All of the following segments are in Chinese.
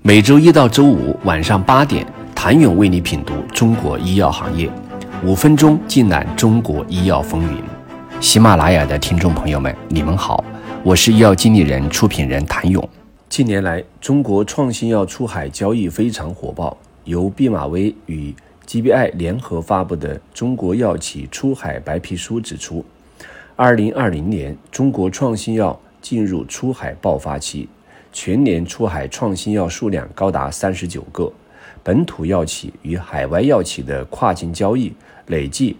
每周一到周五晚上8点，谭勇为你品读中国医药行业，5分钟尽览中国医药风云。喜马拉雅的听众朋友们，你们好，我是医药经理人、出品人谭勇。近年来，中国创新药出海交易非常火爆。由毕马威与 GBI 联合发布的《中国药企出海白皮书》指出，2020年中国创新药进入出海爆发期，全年出海创新药数量高达39个，本土药企与海外药企的跨境交易累计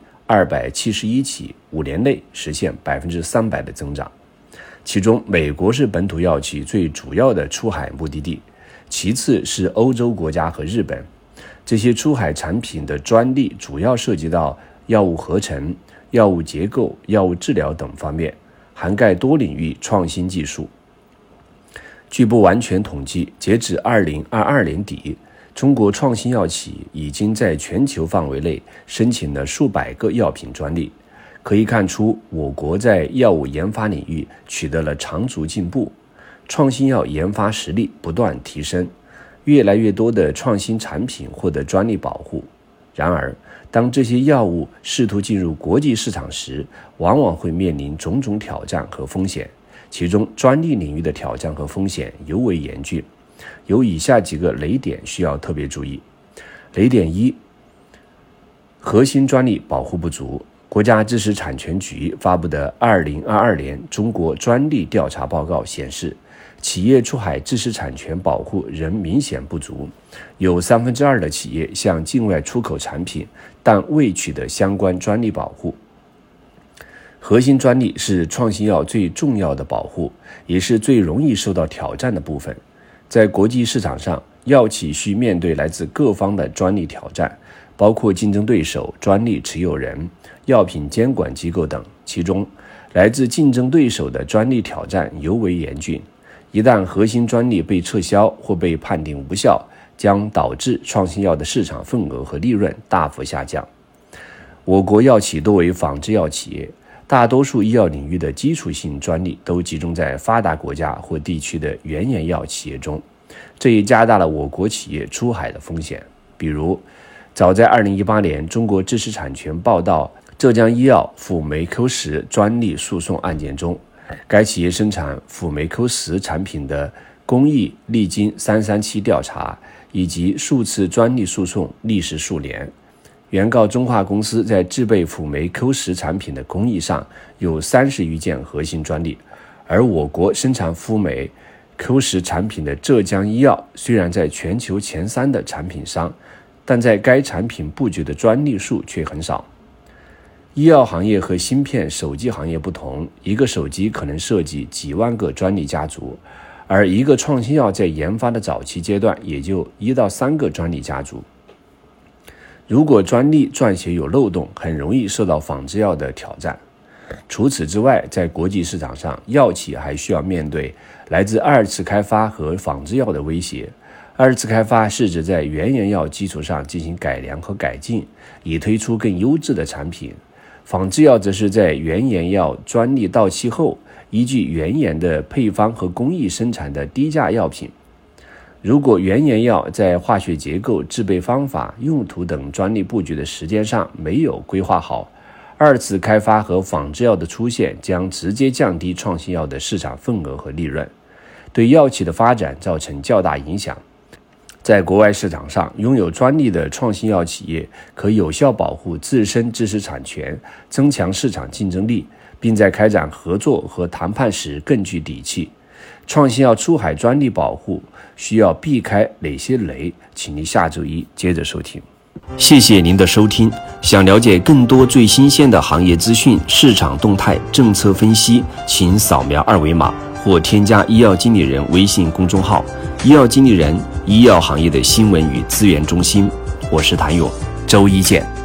271起，5年内实现300%的增长。其中，美国是本土药企最主要的出海目的地，其次是欧洲国家和日本。这些出海产品的专利主要涉及到药物合成、药物结构、药物治疗等方面，涵盖多领域创新技术。据不完全统计，截止2022年底，中国创新药企已经在全球范围内申请了数百个药品专利。可以看出，我国在药物研发领域取得了长足进步，创新药研发实力不断提升，越来越多的创新产品获得专利保护。然而，当这些药物试图进入国际市场时，往往会面临种种挑战和风险，其中专利领域的挑战和风险尤为严峻。有以下几个雷点需要特别注意。雷点1，核心专利保护不足。国家知识产权局发布的2022年中国专利调查报告显示，企业出海知识产权保护仍明显不足，有2/3的企业向境外出口产品，但未取得相关专利保护。核心专利是创新药最重要的保护，也是最容易受到挑战的部分。在国际市场上，药企需面对来自各方的专利挑战，包括竞争对手、专利持有人、药品监管机构等，其中来自竞争对手的专利挑战尤为严峻。一旦核心专利被撤销或被判定无效，将导致创新药的市场份额和利润大幅下降。我国药企多为仿制药企业，大多数医药领域的基础性专利都集中在发达国家或地区的原研药企业中，这也加大了我国企业出海的风险。比如，早在2018年，中国知识产权报道浙江医药辅酶 Q10 专利诉讼案件中，该企业生产辅酶 Q10 产品的工艺历经337调查，以及数次专利诉讼，历时数年。原告中化公司在制备辅酶 Q10 产品的工艺上有30余件核心专利，而我国生产辅酶 Q10 产品的浙江医药虽然在全球前3的产品商，但在该产品布局的专利数却很少。医药行业和芯片、手机行业不同，一个手机可能涉及几万个专利家族，而一个创新药在研发的早期阶段也就1到3个专利家族。如果专利撰写有漏洞，很容易受到仿制药的挑战。除此之外，在国际市场上，药企还需要面对来自二次开发和仿制药的威胁。二次开发是指在原研药基础上进行改良和改进，以推出更优质的产品。仿制药则是在原研药专利到期后，依据原研的配方和工艺生产的低价药品。如果原研药在化学结构、制备方法、用途等专利布局的时间上没有规划好，二次开发和仿制药的出现将直接降低创新药的市场份额和利润，对药企的发展造成较大影响。在国外市场上，拥有专利的创新药企业可有效保护自身知识产权，增强市场竞争力，并在开展合作和谈判时更具底气。创新药出海专利保护需要避开哪些雷？请您下周一接着收听。谢谢您的收听。想了解更多最新鲜的行业资讯、市场动态、政策分析，请扫描2维码或添加医药经理人微信公众号“医药经理人”，医药行业的新闻与资源中心。我是谭勇，周一见。